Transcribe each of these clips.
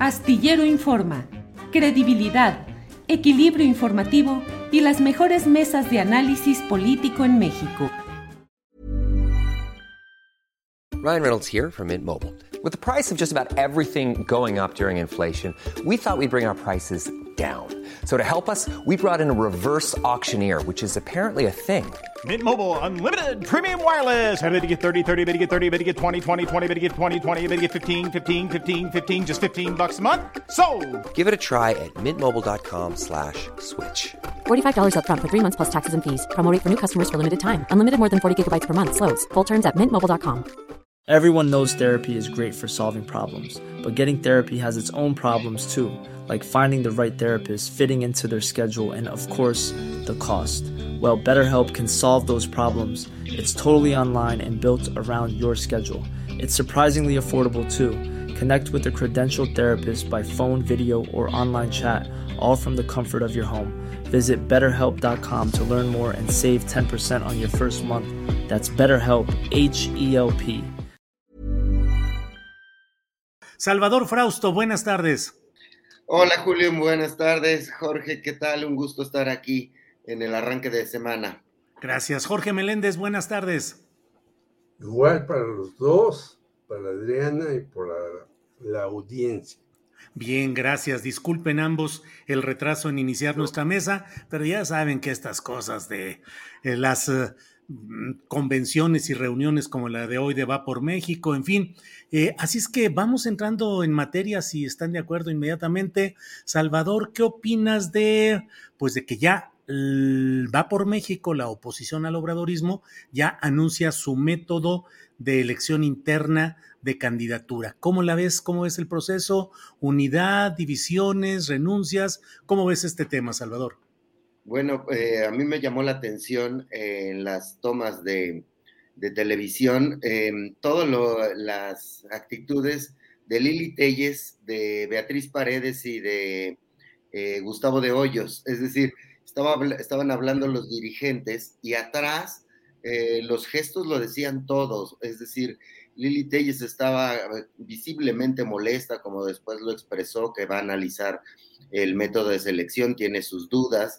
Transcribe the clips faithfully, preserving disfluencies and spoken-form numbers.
Astillero Informa, credibilidad, equilibrio informativo y las mejores mesas de análisis político en México. Ryan Reynolds here from Mint Mobile. With the price of just about everything going up during inflation, we thought we'd bring our prices down. So to help us, we brought in a reverse auctioneer, which is apparently a thing. Mint Mobile Unlimited Premium Wireless. How to get thirty, thirty, how to get thirty, how to get twenty, twenty, twenty, how to get twenty, twenty, how to get fifteen, fifteen, fifteen, fifteen, just fifteen bucks a month? Sold! Give it a try at mintmobile.com slash switch. forty-five dollars up front for three months plus taxes and fees. Promo rate for new customers for limited time. Unlimited more than forty gigabytes per month. Slows full terms at mint mobile dot com. Everyone knows therapy is great for solving problems, but getting therapy has its own problems too, like finding the right therapist, fitting into their schedule, and of course, the cost. Well, BetterHelp can solve those problems. It's totally online and built around your schedule. It's surprisingly affordable too. Connect with a credentialed therapist by phone, video, or online chat, all from the comfort of your home. Visit better help dot com to learn more and save ten percent on your first month. That's BetterHelp, H E L P. Salvador Frausto, buenas tardes. Hola Julio, buenas tardes. Jorge, ¿qué tal? Un gusto estar aquí en el arranque de semana. Gracias. Jorge Meléndez, buenas tardes. Igual para los dos, para Adriana y por la, la audiencia. Bien, gracias. Disculpen ambos el retraso en iniciar nuestra mesa, pero ya saben que estas cosas de eh, las eh, convenciones y reuniones como la de hoy de Va por México, en fin. Eh, así es que vamos entrando en materia, si están de acuerdo inmediatamente. Salvador, ¿qué opinas de, pues de que ya el Va por México, la oposición al obradorismo, ya anuncia su método de elección interna de candidatura? ¿Cómo la ves? ¿Cómo ves el proceso? ¿Unidad, divisiones, renuncias? ¿Cómo ves este tema, Salvador? Bueno, eh, a mí me llamó la atención eh, en las tomas de, de televisión, eh, todas las actitudes de Lili Téllez, de Beatriz Paredes y de eh, Gustavo de Hoyos. Es decir, estaba, estaban hablando los dirigentes y atrás eh, los gestos lo decían todos. Es decir, Lili Téllez estaba visiblemente molesta, como después lo expresó, que va a analizar el método de selección, tiene sus dudas.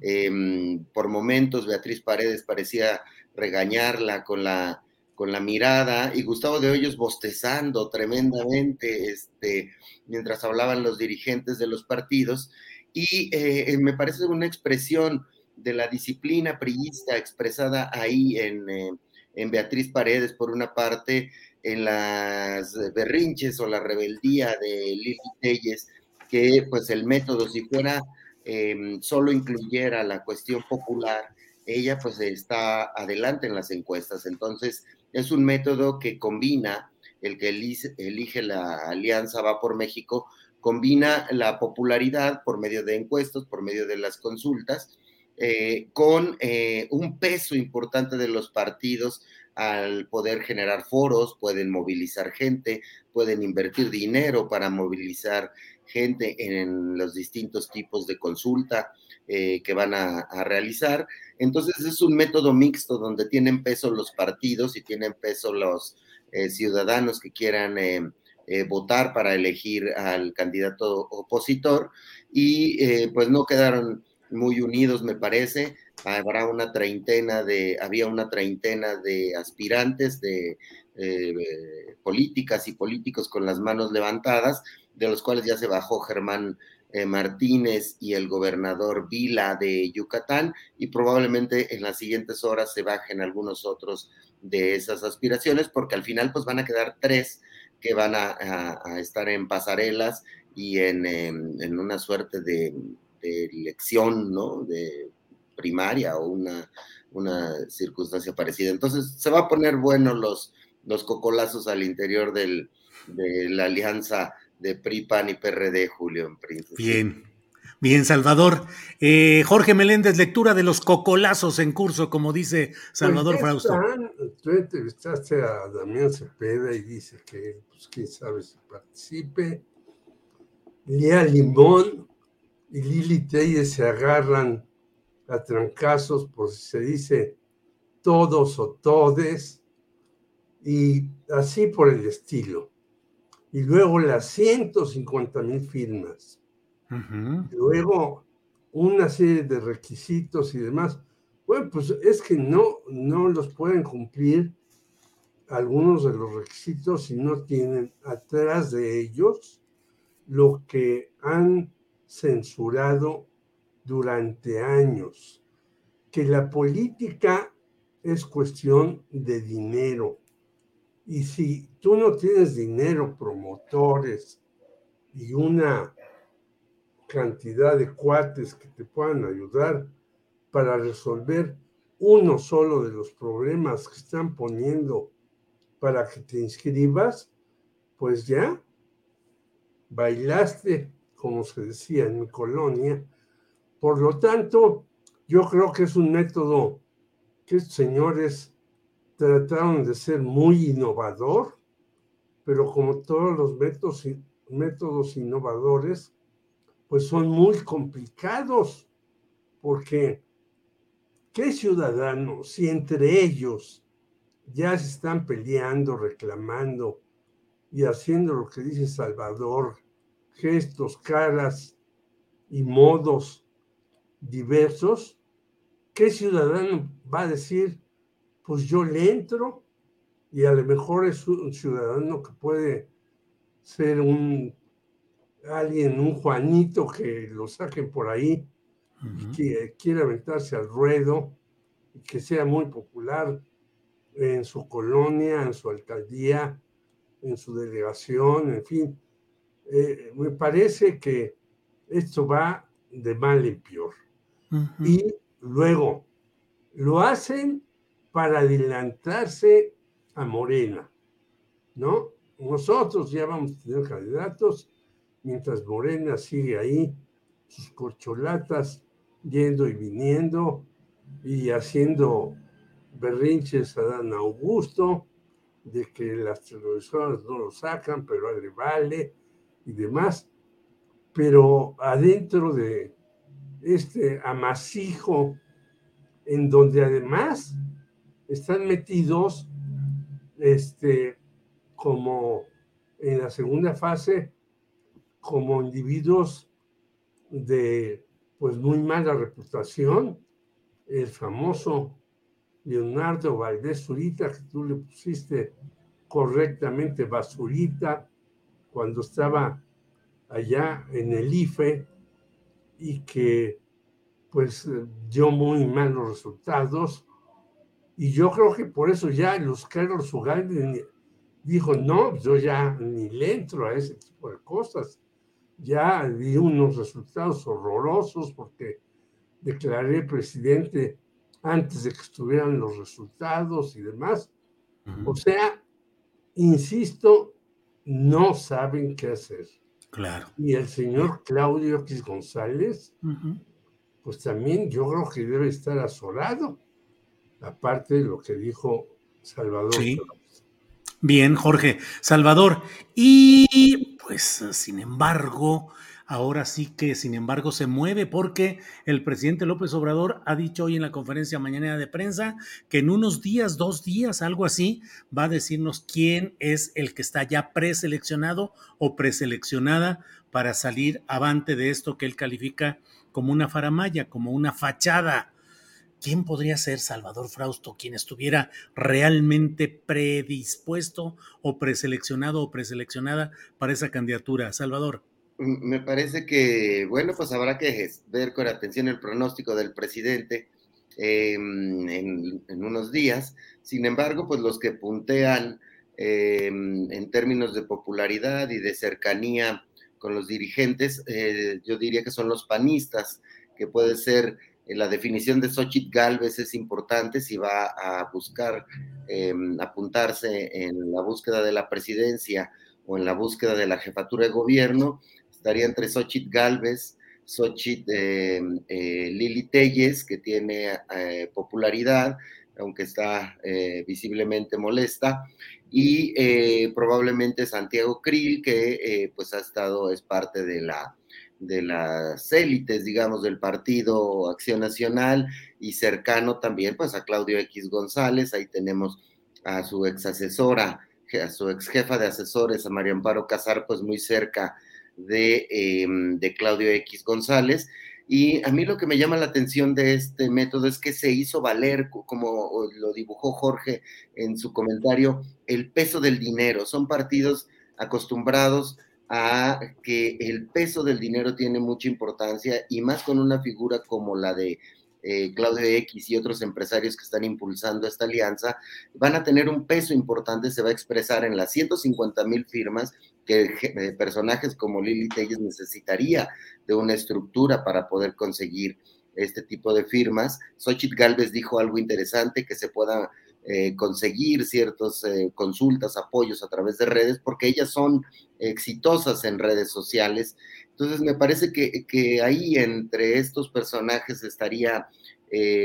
Eh, por momentos Beatriz Paredes parecía regañarla con la, con la mirada, y Gustavo de Hoyos bostezando tremendamente este, mientras hablaban los dirigentes de los partidos, y eh, me parece una expresión de la disciplina priista expresada ahí en, eh, en Beatriz Paredes, por una parte, en las berrinches o la rebeldía de Lili Téllez, que pues el método, si fuera eh, solo incluyera la cuestión popular, ella pues está adelante en las encuestas. Entonces es un método que combina, el que elige, elige la Alianza Va por México, combina la popularidad por medio de encuestas, por medio de las consultas, eh, con eh, un peso importante de los partidos al poder generar foros, pueden movilizar gente, pueden invertir dinero para movilizar gente en los distintos tipos de consulta eh, que van a, a realizar. Entonces es un método mixto donde tienen peso los partidos y tienen peso los eh, ciudadanos que quieran eh, eh, votar para elegir al candidato opositor, y eh, pues no quedaron muy unidos, me parece. Habrá una treintena de, había una treintena de aspirantes, de eh, políticas y políticos con las manos levantadas, de los cuales ya se bajó Germán eh, Martínez y el gobernador Vila de Yucatán, y probablemente en las siguientes horas se bajen algunos otros de esas aspiraciones, porque al final pues van a quedar tres que van a, a, a estar en pasarelas y en, en, en una suerte de, de elección, ¿no?, de primaria o una, una circunstancia parecida. Entonces se va a poner bueno los, los cocolazos al interior del, de la alianza de P R I, P A N y P R D, Julio, en principio. Bien, bien, Salvador. Eh, Jorge Meléndez, lectura de los cocolazos en curso, como dice Salvador pues Frausto. Tú entrevistaste a Damián Cepeda y dice que, pues, quién sabe si participe. Lía Limón y Lili Téllez se agarran a trancazos, por si se dice todos o todes, y así por el estilo. y luego las ciento cincuenta mil firmas, Uh-huh. y luego una serie de requisitos y demás. Bueno, pues es que no, no los pueden cumplir algunos de los requisitos si no tienen atrás de ellos lo que han censurado durante años, que la política es cuestión de dinero. Y si tú no tienes dinero, promotores y una cantidad de cuates que te puedan ayudar para resolver uno solo de los problemas que están poniendo para que te inscribas, pues ya bailaste, como se decía en mi colonia. Por lo tanto, yo creo que es un método que estos señores trataron de ser muy innovador, pero como todos los métodos, métodos innovadores, pues son muy complicados, porque ¿qué ciudadanos, si entre ellos ya se están peleando, reclamando y haciendo lo que dice Salvador, gestos, caras y modos diversos, qué ciudadano va a decir, pues yo le entro? Y a lo mejor es un ciudadano que puede ser un alguien, un Juanito que lo saquen por ahí uh-huh. y que quiera aventarse al ruedo y que sea muy popular en su colonia, en su alcaldía, en su delegación, en fin. Eh, me parece que esto va de mal en peor. Uh-huh. Y luego lo hacen para adelantarse a Morena, ¿no? Nosotros ya vamos a tener candidatos, mientras Morena sigue ahí, sus corcholatas, yendo y viniendo, y haciendo berrinches a Dan Augusto, de que las televisoras no lo sacan, pero le vale, y demás. Pero adentro de este amasijo, en donde además están metidos, este, como en la segunda fase, como individuos de pues muy mala reputación, el famoso Leonardo Valdés Zurita, que tú le pusiste correctamente basurita cuando estaba allá en el I F E y que pues dio muy malos resultados, y yo creo que por eso ya Luz Carlos Ugalde dijo, no, yo ya ni le entro a ese tipo de cosas. Ya di unos resultados horrorosos porque declaré presidente antes de que estuvieran los resultados y demás. Uh-huh. O sea, insisto, no saben qué hacer. Claro. Y el señor Claudio X González, uh-huh. pues también yo creo que debe estar azorado, aparte de lo que dijo Salvador. Sí. Bien, Jorge. Salvador, y pues sin embargo, ahora sí que sin embargo se mueve porque el presidente López Obrador ha dicho hoy en la conferencia mañanera de prensa que en unos días, dos días, algo así, va a decirnos quién es el que está ya preseleccionado o preseleccionada para salir avante de esto que él califica como una faramalla, como una fachada. ¿Quién podría ser Salvador Frausto, quien estuviera realmente predispuesto o preseleccionado o preseleccionada para esa candidatura? Salvador. Me parece que, bueno, pues habrá que ver con atención el pronóstico del presidente eh, en, en unos días. Sin embargo, pues los que puntean eh, en términos de popularidad y de cercanía con los dirigentes, eh, yo diría que son los panistas, que puede ser... La definición de Xóchitl Gálvez es importante si va a buscar eh, apuntarse en la búsqueda de la presidencia o en la búsqueda de la jefatura de gobierno. Estaría entre Xóchitl Gálvez, Xóchitl eh, eh, Lili Téllez, que tiene eh, popularidad, aunque está eh, visiblemente molesta, y eh, probablemente Santiago Krill, que eh, pues ha estado, es parte de la de las élites, digamos, del Partido Acción Nacional, y cercano también, pues, a Claudio X González. Ahí tenemos a su ex asesora a su ex jefa de asesores, a María Amparo Casar, pues muy cerca de, eh, de Claudio X González. Y a mí lo que me llama la atención de este método es que se hizo valer, como lo dibujó Jorge en su comentario, el peso del dinero. Son partidos acostumbrados a que el peso del dinero tiene mucha importancia, y más con una figura como la de eh, Claudio X y otros empresarios que están impulsando esta alianza, van a tener un peso importante, se va a expresar en las ciento cincuenta mil firmas que eh, personajes como Lili Telles necesitaría de una estructura para poder conseguir este tipo de firmas. Xóchitl Gálvez dijo algo interesante, que se pueda eh, conseguir ciertas eh, consultas, apoyos a través de redes, porque ellas son exitosas en redes sociales. Entonces me parece que, que ahí entre estos personajes estaría eh,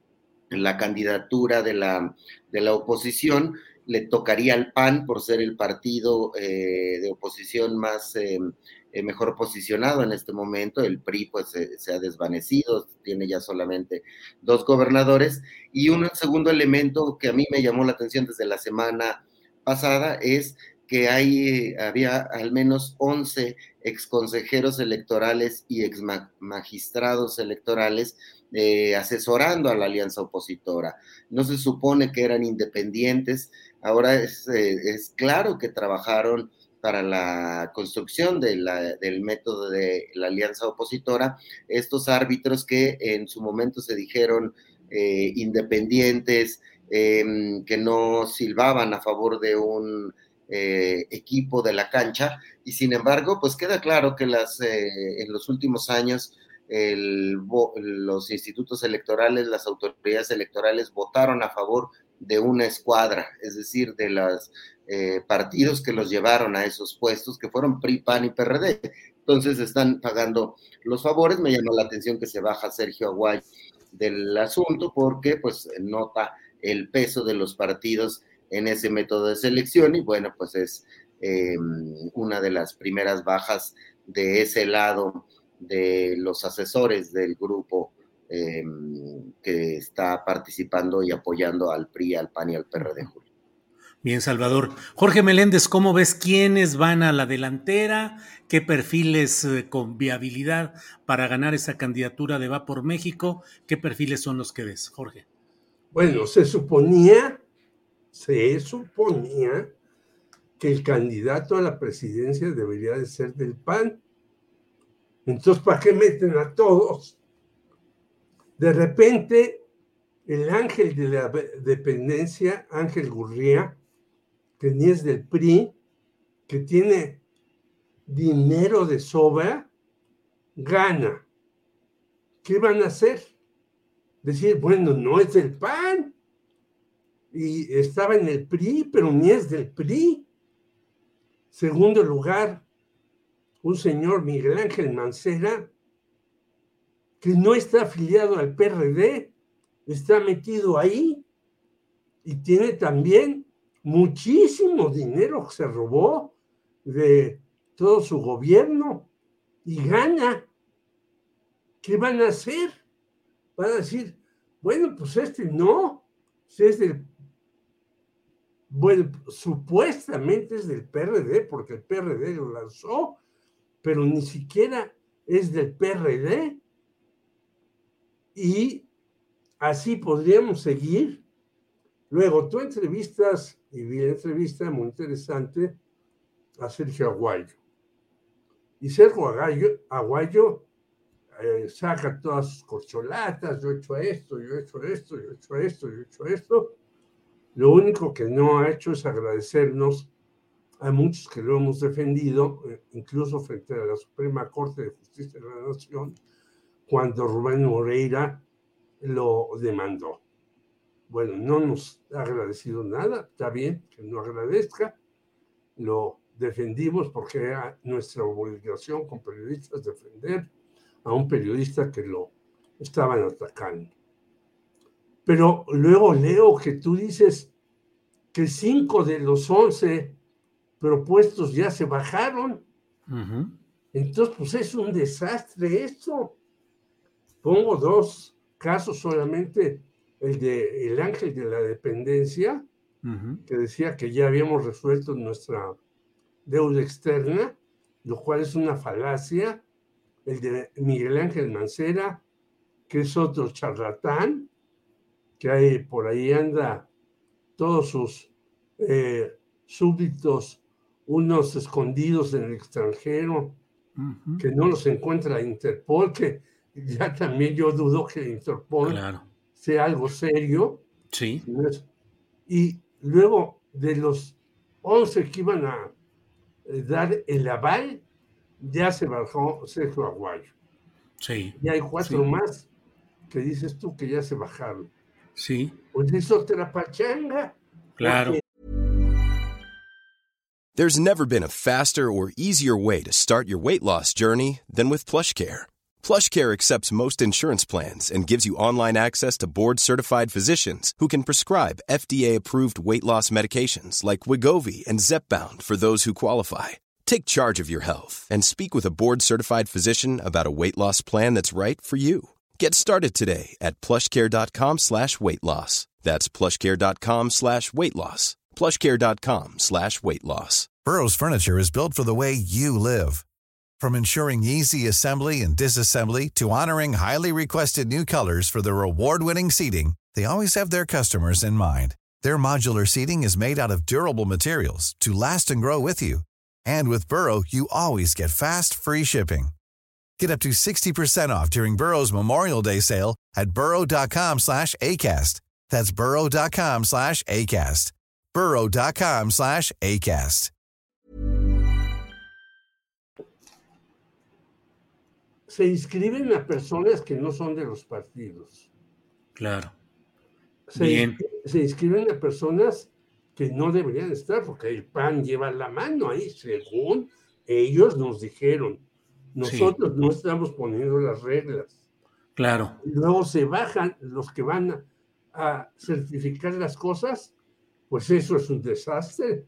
la candidatura de la, de la oposición. Le tocaría al P A N por ser el partido eh, de oposición más eh, eh, mejor posicionado en este momento. El P R I pues eh, se ha desvanecido, tiene ya solamente dos gobernadores. Y un segundo elemento que a mí me llamó la atención desde la semana pasada es que hay, había al menos once exconsejeros electorales y exmagistrados electorales eh, asesorando a la alianza opositora. No se supone que eran independientes. Ahora es, eh, es claro que trabajaron para la construcción de la, del método de la alianza opositora, estos árbitros que en su momento se dijeron eh, independientes, eh, que no silbaban a favor de un eh, equipo de la cancha, y sin embargo, pues queda claro que las, eh, en los últimos años el, los institutos electorales, las autoridades electorales votaron a favor de una escuadra, es decir, de los eh, partidos que los llevaron a esos puestos, que fueron P R I, P A N y P R D. Entonces están pagando los favores. Me llamó la atención que se baja Sergio Aguayo del asunto, porque pues nota el peso de los partidos en ese método de selección, y bueno, pues es eh, una de las primeras bajas de ese lado de los asesores del grupo Eh, que está participando y apoyando al P R I, al P A N y al P R D. Bien, Salvador. Jorge Meléndez, ¿cómo ves quiénes van a la delantera? ¿Qué perfiles eh, con viabilidad para ganar esa candidatura de Va por México? ¿Qué perfiles son los que ves, Jorge? Bueno, se suponía, se suponía que el candidato a la presidencia debería de ser del P A N. Entonces, ¿para qué meten a todos? De repente, el ángel de la dependencia, Ángel Gurría, que ni es del P R I, que tiene dinero de sobra, gana. ¿Qué van a hacer? Decir, bueno, no es del P A N, y estaba en el P R I, pero ni es del P R I. Segundo lugar, un señor Miguel Ángel Mancera, que no está afiliado al P R D, está metido ahí y tiene también muchísimo dinero que se robó de todo su gobierno y gana. ¿Qué van a hacer? Van a decir, bueno, pues este no, es del, bueno, supuestamente es del P R D, porque el P R D lo lanzó, pero ni siquiera es del P R D. Y así podríamos seguir. Luego, tú entrevistas, y vi la entrevista muy interesante, a Sergio Aguayo. Y Sergio Aguayo, Aguayo eh, saca todas sus corcholatas, yo he hecho esto, yo he hecho esto, yo he hecho esto, yo he hecho esto. Lo único que no ha hecho es agradecernos a muchos que lo hemos defendido, eh, incluso frente a la Suprema Corte de Justicia de la Nación, cuando Rubén Moreira lo demandó. Bueno, no nos ha agradecido nada, está bien que no agradezca, lo defendimos porque era nuestra obligación con periodistas defender a un periodista que lo estaban atacando. Pero luego leo que tú dices que cinco de los once propuestos ya se bajaron. Uh-huh. Entonces, pues es un desastre esto. Pongo dos casos solamente, el de el ángel de la dependencia, uh-huh. que decía que ya habíamos resuelto nuestra deuda externa, lo cual es una falacia. El de Miguel Ángel Mancera, que es otro charlatán, que hay, por ahí anda todos sus eh, súbditos, unos escondidos en el extranjero, uh-huh. que no los encuentra Interpol, que ya también yo dudo que Interpol claro. sea algo serio. Sí. Y luego de los once que iban a dar el aval, ya se bajó Sergio Aguayo. Sí. Y hay cuatro sí. más que dices tú que ya se bajaron. Sí. Pues es otra pachanga. Claro. Porque... There's never been a faster or easier way to start your weight loss journey than with PlushCare. PlushCare accepts most insurance plans and gives you online access to board-certified physicians who can prescribe F D A-approved weight loss medications like Wegovy and Zepbound for those who qualify. Take charge of your health and speak with a board-certified physician about a weight loss plan that's right for you. Get started today at plushcare.com slash weight loss. That's plushcare.com slash weight loss. plushcare.com slash weight loss. Burrow's furniture is built for the way you live. From ensuring easy assembly and disassembly to honoring highly requested new colors for their award-winning seating, they always have their customers in mind. Their modular seating is made out of durable materials to last and grow with you. And with Burrow, you always get fast, free shipping. Get up to sixty percent off during Burrow's Memorial Day sale at burrow.com slash ACAST. That's burrow.com slash ACAST. burrow.com slash ACAST. Se inscriben a personas que no son de los partidos. Claro. Se, Bien. se inscriben a personas que no deberían estar, porque el P A N lleva la mano ahí, según ellos nos dijeron. Nosotros sí. no estamos poniendo las reglas. Claro. Luego se bajan los que van a, a certificar las cosas, pues eso es un desastre.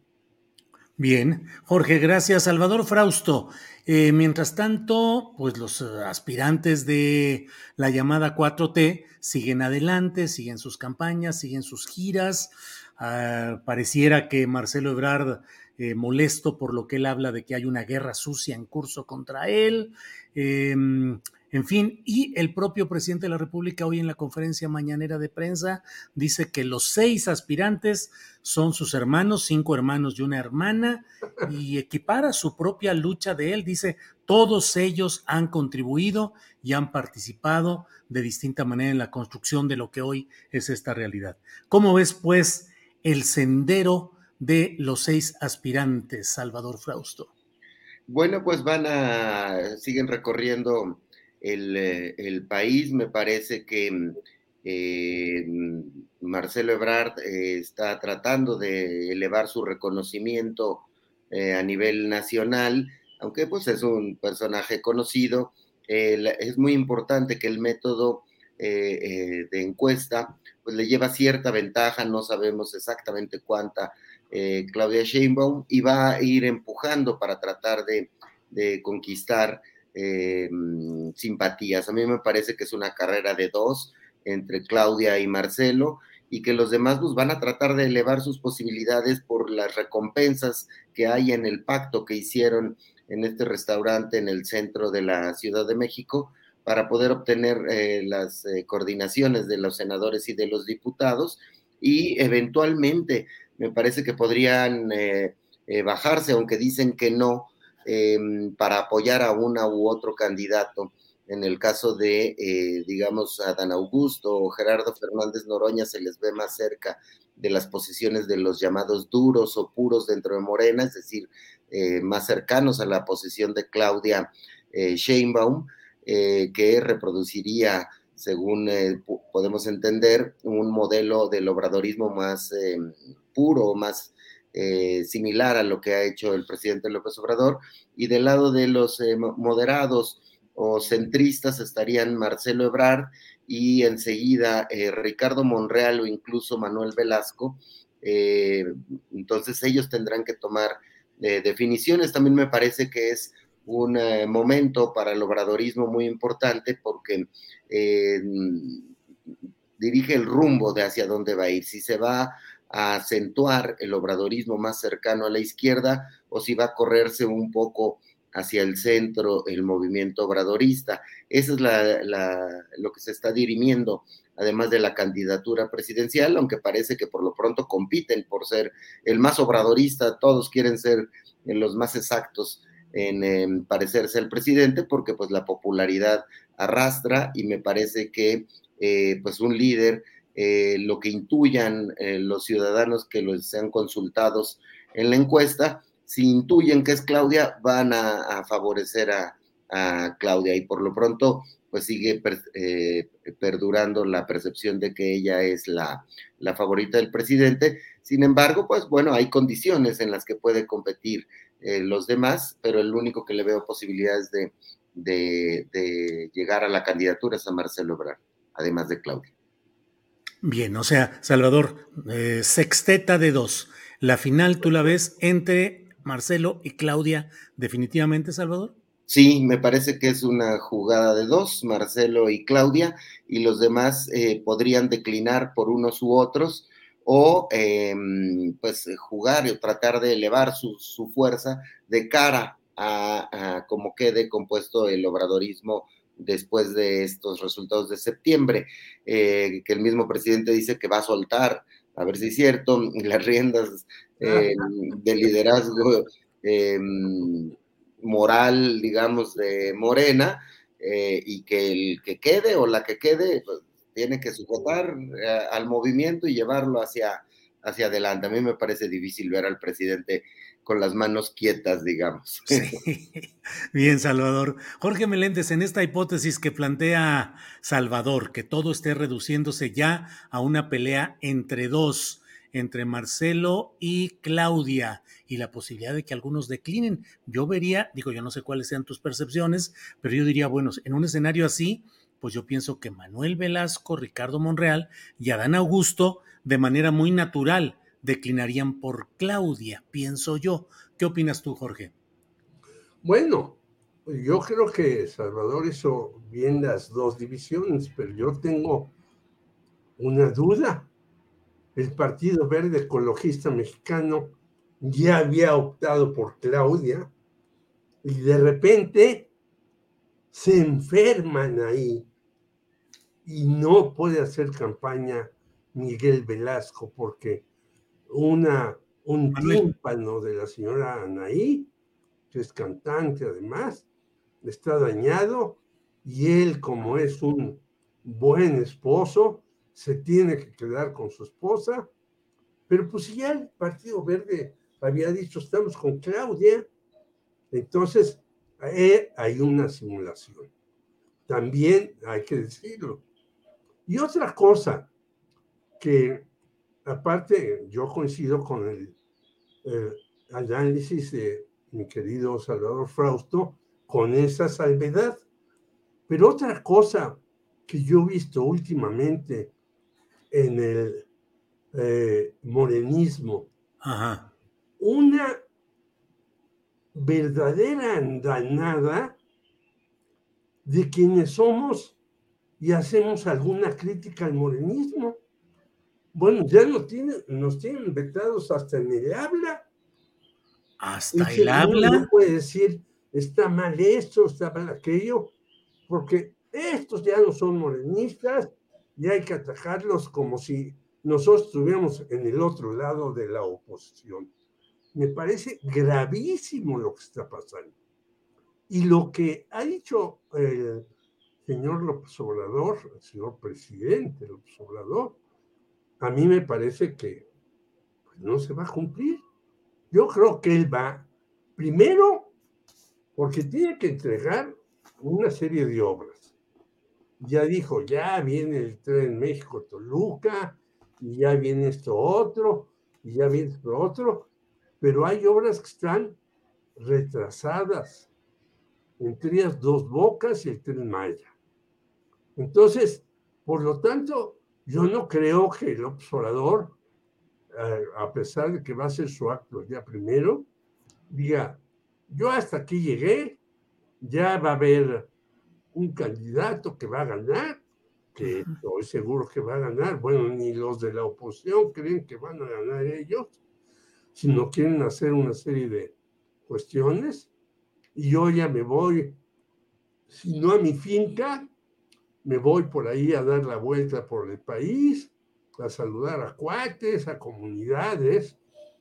Bien, Jorge, gracias. Salvador Frausto, eh, mientras tanto, pues los aspirantes de la llamada cuatro T siguen adelante, siguen sus campañas, siguen sus giras. Uh, pareciera que Marcelo Ebrard, eh, molesto por lo que él habla de que hay una guerra sucia en curso contra él, eh, en fin, y el propio presidente de la República hoy en la conferencia mañanera de prensa dice que los seis aspirantes son sus hermanos, cinco hermanos y una hermana, y equipara su propia lucha de él, dice, todos ellos han contribuido y han participado de distinta manera en la construcción de lo que hoy es esta realidad. ¿Cómo ves, pues, el sendero de los seis aspirantes, Salvador Frausto? Bueno, pues van a, siguen recorriendo el, el país. Me parece que eh, Marcelo Ebrard eh, está tratando de elevar su reconocimiento eh, a nivel nacional, aunque pues es un personaje conocido. Eh, es muy importante que el método eh, eh, de encuesta pues le lleva cierta ventaja, no sabemos exactamente cuánta, eh, Claudia Sheinbaum, y va a ir empujando para tratar de, de conquistar eh, simpatías. A mí me parece que es una carrera de dos entre Claudia y Marcelo, y que los demás pues, van a tratar de elevar sus posibilidades por las recompensas que hay en el pacto que hicieron en este restaurante en el centro de la Ciudad de México, para poder obtener eh, las eh, coordinaciones de los senadores y de los diputados, y eventualmente me parece que podrían eh, eh, bajarse, aunque dicen que no, eh, para apoyar a una u otro candidato. En el caso de, eh, digamos, Adán Augusto o Gerardo Fernández Noroña, se les ve más cerca de las posiciones de los llamados duros o puros dentro de Morena, es decir, eh, más cercanos a la posición de Claudia eh, Sheinbaum, eh, que reproduciría, según eh, podemos entender, un modelo del obradorismo más eh, puro, más eh, similar a lo que ha hecho el presidente López Obrador. Y del lado de los eh, moderados o centristas estarían Marcelo Ebrard y enseguida eh, Ricardo Monreal o incluso Manuel Velasco. Eh, entonces ellos tendrán que tomar eh, definiciones. También me parece que es un eh, momento para el obradorismo muy importante, porque eh, dirige el rumbo de hacia dónde va a ir. Si se va a acentuar el obradorismo más cercano a la izquierda o si va a correrse un poco hacia el centro el movimiento obradorista. Eso es la, la, lo que se está dirimiendo, además de la candidatura presidencial, aunque parece que por lo pronto compiten por ser el más obradorista, todos quieren ser los más exactos en, en parecerse al presidente, porque pues la popularidad arrastra, y me parece que eh, pues un líder, eh, lo que intuyan eh, los ciudadanos que los sean consultados en la encuesta, si intuyen que es Claudia, van a, a favorecer a, a Claudia, y por lo pronto pues sigue per, eh, perdurando la percepción de que ella es la, la favorita del presidente. Sin embargo, pues bueno, hay condiciones en las que puede competir eh, los demás, pero el único que le veo posibilidades de, de, de llegar a la candidatura es a Marcelo Ebrard, además de Claudia. Bien, o sea, Salvador, eh, sexteta de dos. La final tú la ves entre Marcelo y Claudia, definitivamente, Salvador. Sí, me parece que es una jugada de dos, Marcelo y Claudia, y los demás eh, podrían declinar por unos u otros, o eh, pues jugar o tratar de elevar su, su fuerza de cara a, a cómo quede compuesto el obradorismo después de estos resultados de septiembre, eh, que el mismo presidente dice que va a soltar, a ver si es cierto, las riendas eh, de liderazgo eh, moral, digamos, de Morena, eh, y que el que quede o la que quede, pues, tiene que sujetar eh, al movimiento y llevarlo hacia, hacia adelante. A mí me parece difícil ver al presidente con las manos quietas, digamos. Sí. Bien, Salvador. Jorge Meléndez, en esta hipótesis que plantea Salvador, que todo esté reduciéndose ya a una pelea entre dos, entre Marcelo y Claudia, y la posibilidad de que algunos declinen, yo vería, digo, yo no sé cuáles sean tus percepciones, pero yo diría, bueno, en un escenario así, pues yo pienso que Manuel Velasco, Ricardo Monreal y Adán Augusto, de manera muy natural, declinarían por Claudia, pienso yo. ¿Qué opinas tú, Jorge? Bueno, yo creo que Salvador hizo bien las dos divisiones, pero yo tengo una duda. El Partido Verde Ecologista Mexicano ya había optado por Claudia y de repente se enferman ahí y no puede hacer campaña Miguel Velasco porque una, un Manuel. tímpano de la señora Anaí, que es cantante además, está dañado y él, como es un buen esposo, se tiene que quedar con su esposa, pero pues ya el Partido Verde había dicho, estamos con Claudia, entonces eh, hay una simulación. También hay que decirlo. Y otra cosa, que aparte yo coincido con el eh, análisis de mi querido Salvador Frausto, con esa salvedad, pero otra cosa que yo he visto últimamente en el eh, morenismo, Ajá. una verdadera andanada de quienes somos y hacemos alguna crítica al morenismo. Bueno, ya nos tienen, nos tienen vetados hasta en el habla. ¿Hasta Ese, el habla? No puede decir, está mal esto, está mal aquello, porque estos ya no son morenistas y hay que atacarlos como si nosotros estuviéramos en el otro lado de la oposición. Me parece gravísimo lo que está pasando. Y lo que ha dicho el señor López Obrador, el señor presidente López Obrador, a mí me parece que pues, no se va a cumplir. Yo creo que él va, primero, porque tiene que entregar una serie de obras. Ya dijo, ya viene el tren México-Toluca, y ya viene esto otro, y ya viene esto otro, pero hay obras que están retrasadas, entre ellas Dos Bocas y el Tren Maya. Entonces, por lo tanto, yo no creo que el observador, eh, a pesar de que va a ser su acto el día primero, diga, yo hasta aquí llegué, ya va a haber un candidato que va a ganar que estoy seguro que va a ganar. Bueno, ni los de la oposición creen que van a ganar ellos, sino quieren hacer una serie de cuestiones, y yo ya me voy, si no a mi finca, me voy por ahí a dar la vuelta por el país, a saludar a cuates, a comunidades,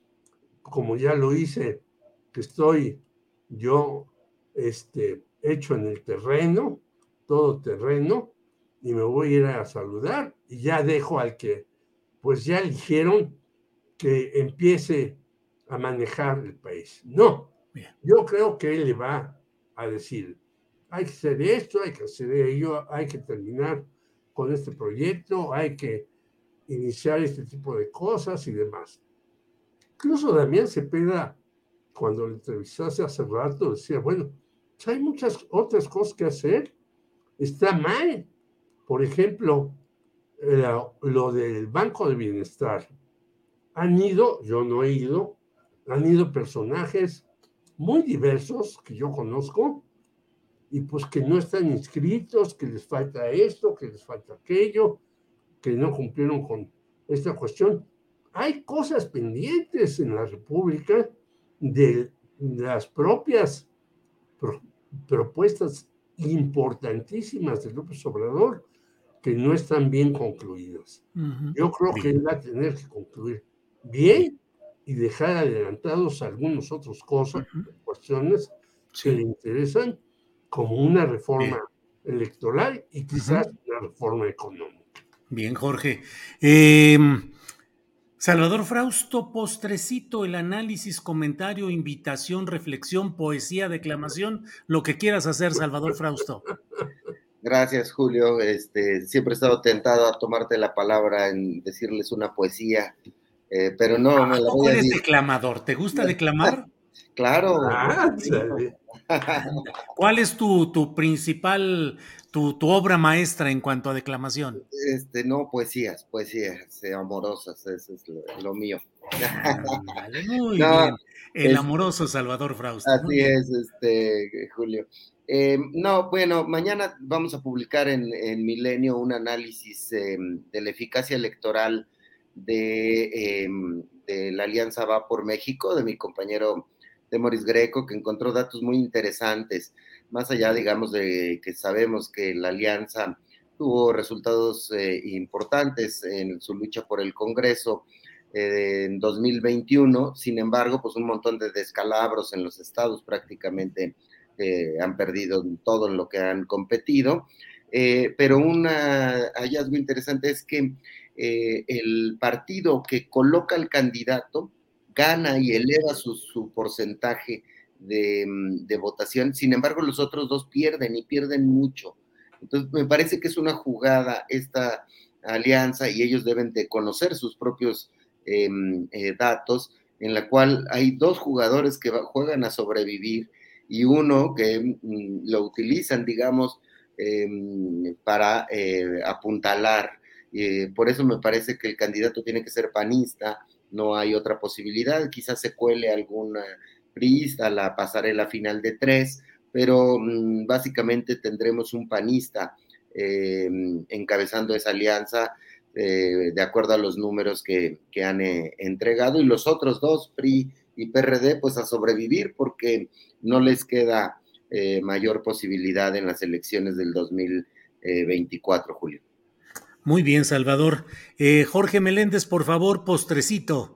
como ya lo hice, que estoy yo este, hecho en el terreno, todo terreno, y me voy a ir a saludar, y ya dejo al que, pues ya eligieron que empiece a manejar el país. No, Bien. Yo creo que él le va a decir, hay que hacer esto, hay que hacer ello, hay que terminar con este proyecto, hay que iniciar este tipo de cosas y demás. Incluso Damián Cepeda, cuando lo entrevistaste hace rato, decía, bueno, pues hay muchas otras cosas que hacer, está mal. Por ejemplo, lo, lo del Banco de Bienestar. Han ido, yo no he ido, han ido personajes muy diversos que yo conozco, y pues que no están inscritos, que les falta esto, que les falta aquello, que no cumplieron con esta cuestión. Hay cosas pendientes en la República de las propias pro, propuestas importantísimas de López Obrador que no están bien concluidas. Uh-huh. Yo creo bien. que él va a tener que concluir bien y dejar adelantados algunos otros cosas, uh-huh. cuestiones sí. que le interesan, como una reforma bien. electoral y quizás uh-huh. una reforma económica. Bien, Jorge. Eh, Salvador Frausto, postrecito, el análisis, comentario, invitación, reflexión, poesía, declamación, lo que quieras hacer, Salvador Frausto. Gracias, Julio. Este, siempre he estado tentado a tomarte la palabra en decirles una poesía, eh, pero no ¿A me la poco voy a eres decir. declamador? ¿Te gusta declamar? Claro. Ah, ¿Cuál es tu, tu principal, tu, tu obra maestra en cuanto a declamación? Este, no, poesías, poesías eh, amorosas, eso es lo, lo mío. Ah, vale, muy no, bien. El es, amoroso Salvador Frausto. Así es, este, Julio. Eh, no, bueno, mañana vamos a publicar en, en Milenio un análisis eh, de la eficacia electoral de, eh, de la Alianza Va por México, de mi compañero Temoris Greco, que encontró datos muy interesantes, más allá, digamos, de que sabemos que la Alianza tuvo resultados eh, importantes en su lucha por el Congreso eh, en dos mil veintiuno, sin embargo, pues un montón de descalabros en los estados prácticamente eh, han perdido todo en lo que han competido, eh, pero un hallazgo interesante es que eh, el partido que coloca al candidato gana y eleva su, su porcentaje de, de votación, sin embargo los otros dos pierden y pierden mucho. Entonces me parece que es una jugada esta alianza y ellos deben de conocer sus propios eh, eh, datos, en la cual hay dos jugadores que va, juegan a sobrevivir y uno que mm, lo utilizan, digamos, eh, para eh, apuntalar. Eh, por eso me parece que el candidato tiene que ser panista, no hay otra posibilidad, quizás se cuele alguna priista a la pasarela final de tres, pero mmm, básicamente tendremos un panista eh, encabezando esa alianza eh, de acuerdo a los números que, que han eh, entregado, y los otros dos, P R I y P R D, pues a sobrevivir porque no les queda eh, mayor posibilidad en las elecciones del dos mil veinticuatro, Julio. Muy bien, Salvador. Eh, Jorge Meléndez, por favor, postrecito.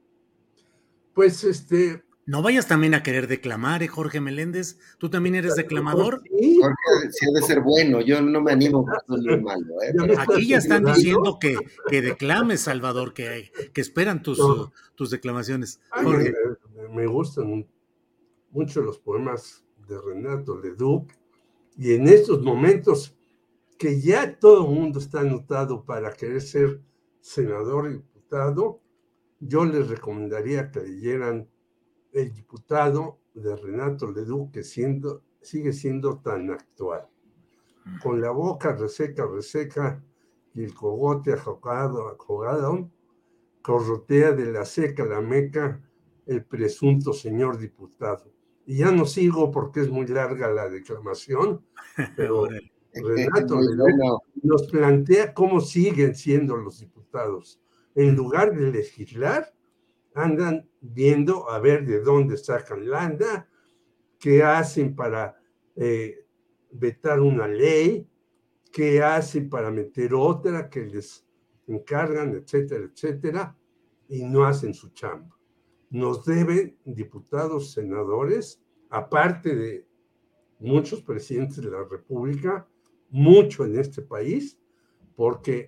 Pues este... No vayas también a querer declamar, ¿eh, Jorge Meléndez? ¿Tú también eres declamador? Sí, Jorge, sí ha de ser bueno, yo no me animo a ser malo. ¿eh? Aquí ya están diciendo que, que declames, Salvador, que, que esperan tus, no. tus declamaciones. Jorge. Me, me gustan mucho los poemas de Renato Leduc, y en estos momentos que ya todo el mundo está anotado para querer ser senador y diputado, yo les recomendaría que leyeran El diputado de Renato Leduc, que siendo, sigue siendo tan actual. Con la boca reseca, reseca, y el cogote ajogado, ajogado, corrotea de la seca la meca el presunto señor diputado. Y ya no sigo porque es muy larga la declamación, pero... Renato muy Leduc, bueno, nos plantea cómo siguen siendo los diputados. En lugar de legislar, andan viendo a ver de dónde sacan lana, qué hacen para eh, vetar una ley, qué hacen para meter otra que les encargan, etcétera, etcétera, y no hacen su chamba. Nos deben diputados, senadores, aparte de muchos presidentes de la República, mucho en este país, porque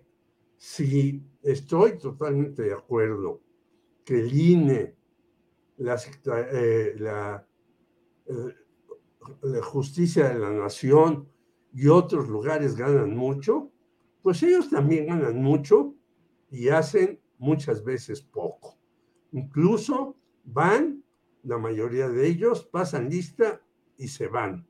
si estoy totalmente de acuerdo que el I N E, la, eh, la, eh, la Justicia de la Nación y otros lugares ganan mucho, pues ellos también ganan mucho y hacen muchas veces poco. Incluso van, la mayoría de ellos, pasan lista y se van.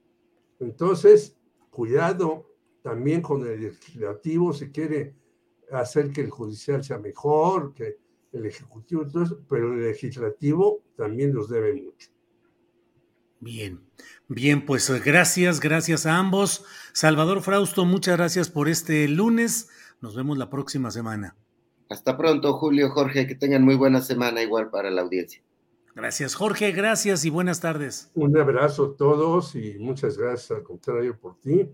Entonces, cuidado también con el legislativo, si quiere hacer que el judicial sea mejor, que el ejecutivo, entonces, pero el legislativo también nos debe mucho. Bien, bien, pues gracias, gracias a ambos. Salvador Frausto, muchas gracias por este lunes. Nos vemos la próxima semana. Hasta pronto, Julio, Jorge, que tengan muy buena semana, igual para la audiencia. Gracias, Jorge, gracias y buenas tardes. Un abrazo a todos y muchas gracias al contrario por ti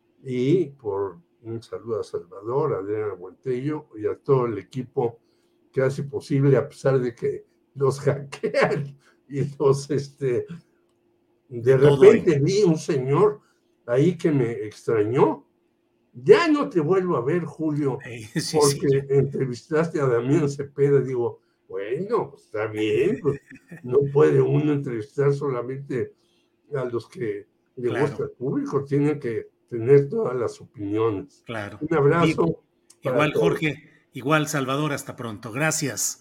y por un saludo a Salvador, a Adriana Buentello y a todo el equipo que hace posible, a pesar de que los hackean y los, este, de repente vi un señor ahí que me extrañó. Ya no te vuelvo a ver, Julio, sí, sí, porque sí. entrevistaste a Damián Cepeda. Digo, bueno, pues está bien, pues no puede uno entrevistar solamente a los que le claro. gusta al público, tienen que tener todas las opiniones. Claro. Un abrazo. Y, igual, todos. Jorge, igual, Salvador, hasta pronto. Gracias.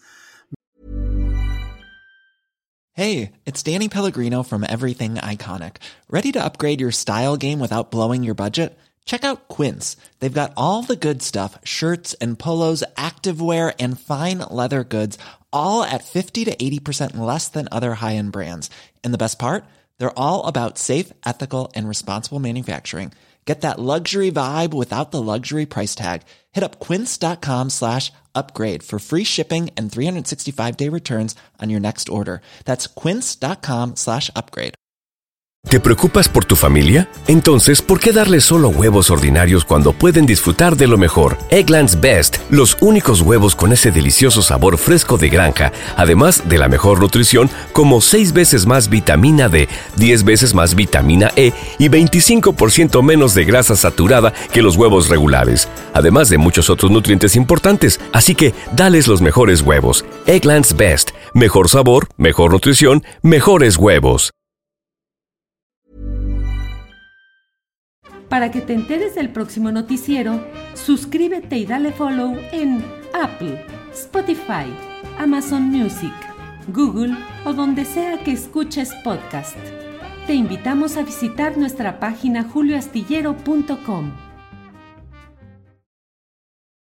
Hey, it's Danny Pellegrino from Everything Iconic. Ready to upgrade your style game without blowing your budget? Check out Quince. They've got all the good stuff, shirts and polos, activewear, and fine leather goods, all at fifty to eighty percent less than other high-end brands. And the best part? They're all about safe, ethical, and responsible manufacturing. Get that luxury vibe without the luxury price tag. Hit up quince.com slash upgrade for free shipping and three sixty-five day returns on your next order. That's quince.com slash upgrade. ¿Te preocupas por tu familia? Entonces, ¿por qué darles solo huevos ordinarios cuando pueden disfrutar de lo mejor? Eggland's Best, los únicos huevos con ese delicioso sabor fresco de granja, además de la mejor nutrición, como seis veces más vitamina D, diez veces más vitamina E y veinticinco por ciento menos de grasa saturada que los huevos regulares, además de muchos otros nutrientes importantes. Así que, dales los mejores huevos. Eggland's Best, mejor sabor, mejor nutrición, mejores huevos. Para que te enteres del próximo noticiero, suscríbete y dale follow en Apple, Spotify, Amazon Music, Google o donde sea que escuches podcast. Te invitamos a visitar nuestra página julio astillero punto com.